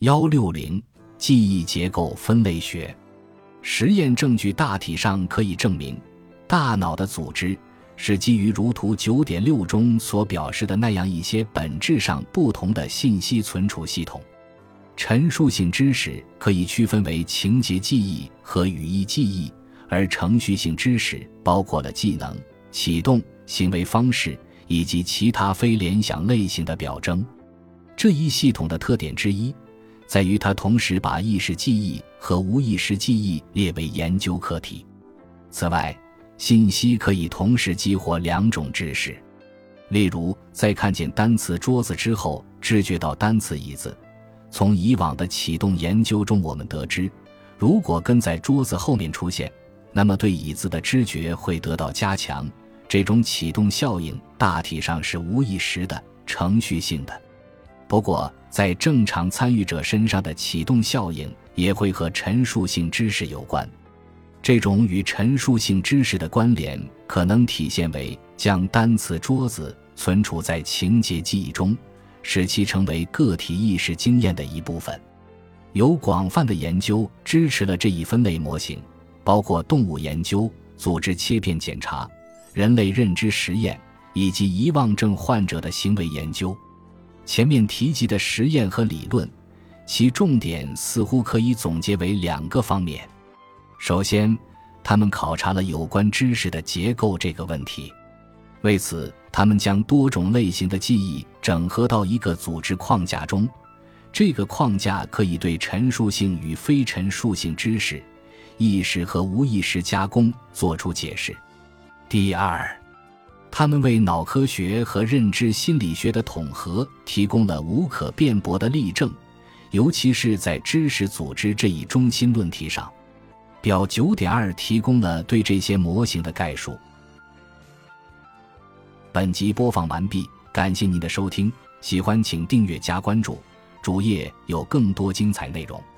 160记忆结构分类学。实验证据大体上可以证明，大脑的组织是基于如图 9.6 中所表示的那样一些本质上不同的信息存储系统。陈述性知识可以区分为情节记忆和语义记忆，而程序性知识包括了技能、启动、行为方式以及其他非联想类型的表征。这一系统的特点之一在于它同时把意识记忆和无意识记忆列为研究课题。此外，信息可以同时激活两种知识。例如，在看见单词桌子之后知觉到单词椅子。从以往的启动研究中我们得知，如果跟在桌子后面出现，那么对椅子的知觉会得到加强。这种启动效应大体上是无意识的、程序性的。不过，在正常参与者身上的启动效应也会和陈述性知识有关。这种与陈述性知识的关联可能体现为将单词桌子存储在情节记忆中，使其成为个体意识经验的一部分。有广泛的研究支持了这一分类模型，包括动物研究、组织切片检查、人类认知实验以及遗忘症患者的行为研究。前面提及的实验和理论，其重点似乎可以总结为两个方面。首先，他们考察了有关知识的结构这个问题。为此，他们将多种类型的记忆整合到一个组织框架中，这个框架可以对陈述性与非陈述性知识、意识和无意识加工做出解释。第二，他们为脑科学和认知心理学的统合提供了无可辩驳的例证，尤其是在知识组织这一中心论题上。表 9.2 提供了对这些模型的概述。本集播放完毕，感谢您的收听，喜欢请订阅加关注，主页有更多精彩内容。